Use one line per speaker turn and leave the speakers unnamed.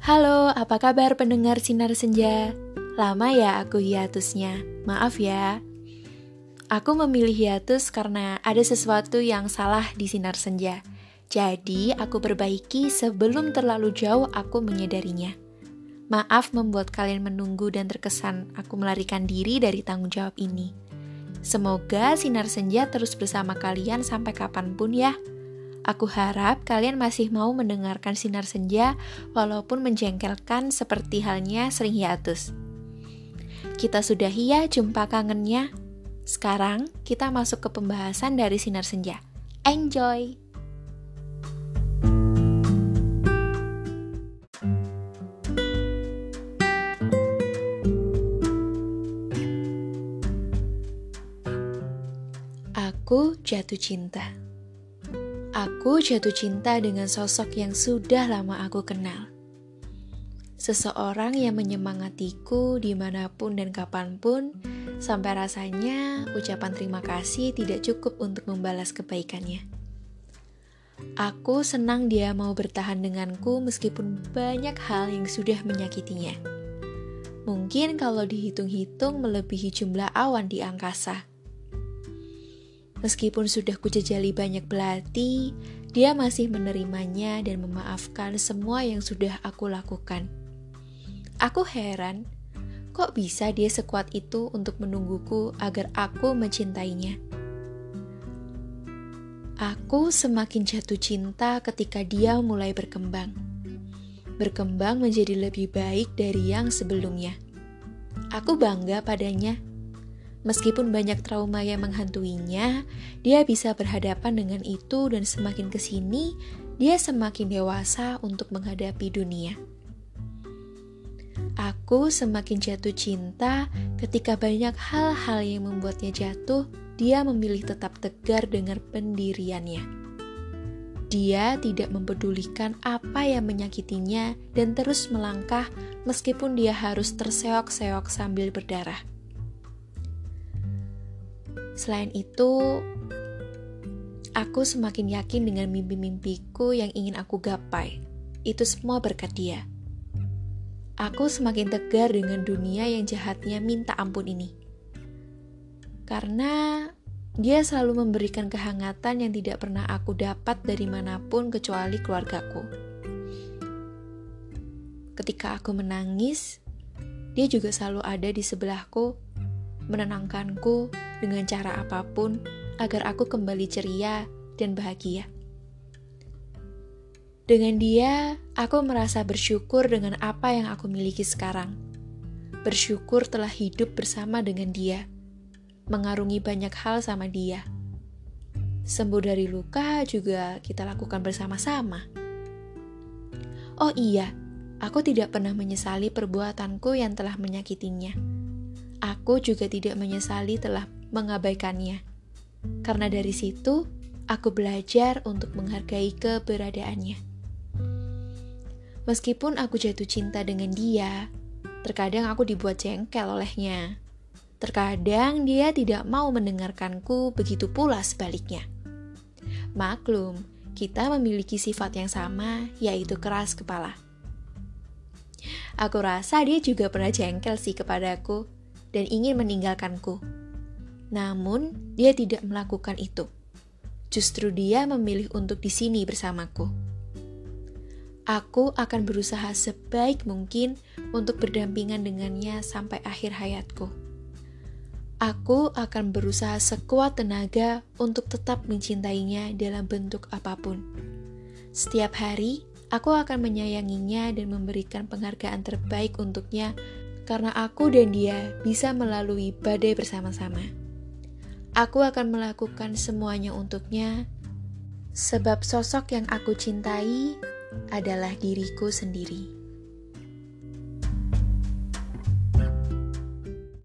Halo, apa kabar pendengar Sinar Senja? Lama ya aku hiatusnya, maaf ya. Aku memilih hiatus karena ada sesuatu yang salah di Sinar Senja. Jadi aku perbaiki sebelum terlalu jauh aku menyadarinya. Maaf membuat kalian menunggu dan terkesan aku melarikan diri dari tanggung jawab ini. Semoga Sinar Senja terus bersama kalian sampai kapanpun ya. Aku harap kalian masih mau mendengarkan Sinar Senja walaupun menjengkelkan seperti halnya sering hiatus. Kita sudahi ya jumpa kangennya. Sekarang kita masuk ke pembahasan dari Sinar Senja. Enjoy! Aku jatuh cinta. Aku jatuh cinta dengan sosok yang sudah lama aku kenal. Seseorang yang menyemangatiku dimanapun dan kapanpun, sampai rasanya ucapan terima kasih tidak cukup untuk membalas kebaikannya. Aku senang dia mau bertahan denganku meskipun banyak hal yang sudah menyakitinya. Mungkin kalau dihitung-hitung melebihi jumlah awan di angkasa. Meskipun sudah kujejali banyak belati, dia masih menerimanya dan memaafkan semua yang sudah aku lakukan. Aku heran, kok bisa dia sekuat itu untuk menungguku agar aku mencintainya. Aku semakin jatuh cinta ketika dia mulai berkembang. Berkembang menjadi lebih baik dari yang sebelumnya. Aku bangga padanya. Meskipun banyak trauma yang menghantuinya, dia bisa berhadapan dengan itu dan semakin kesini, dia semakin dewasa untuk menghadapi dunia. Aku semakin jatuh cinta ketika banyak hal-hal yang membuatnya jatuh, dia memilih tetap tegar dengan pendiriannya. Dia tidak mempedulikan apa yang menyakitinya dan terus melangkah meskipun dia harus terseok-seok sambil berdarah. Selain itu, aku semakin yakin dengan mimpi-mimpiku yang ingin aku gapai. Itu semua berkat dia. Aku semakin tegar dengan dunia yang jahatnya minta ampun ini. Karena dia selalu memberikan kehangatan yang tidak pernah aku dapat dari manapun kecuali keluargaku. Ketika aku menangis, dia juga selalu ada di sebelahku, menenangkanku dengan cara apapun agar aku kembali ceria dan bahagia. Dengan dia, aku merasa bersyukur dengan apa yang aku miliki sekarang. Bersyukur telah hidup bersama dengan dia, mengarungi banyak hal sama dia. Sembuh dari luka juga kita lakukan bersama-sama. Oh iya, aku tidak pernah menyesali perbuatanku yang telah menyakitinya. Aku juga tidak menyesali telah mengabaikannya. Karena dari situ, aku belajar untuk menghargai keberadaannya. Meskipun aku jatuh cinta dengan dia, terkadang aku dibuat jengkel olehnya. Terkadang dia tidak mau mendengarkanku, begitu pula sebaliknya. Maklum, kita memiliki sifat yang sama, yaitu keras kepala. Aku rasa dia juga pernah jengkel sih kepadaku dan ingin meninggalkanku. Namun, dia tidak melakukan itu. Justru dia memilih untuk di sini bersamaku. Aku akan berusaha sebaik mungkin untuk berdampingan dengannya sampai akhir hayatku. Aku akan berusaha sekuat tenaga untuk tetap mencintainya dalam bentuk apapun. Setiap hari, aku akan menyayanginya dan memberikan penghargaan terbaik untuknya karena aku dan dia bisa melalui badai bersama-sama. Aku akan melakukan semuanya untuknya, sebab sosok yang aku cintai adalah diriku sendiri.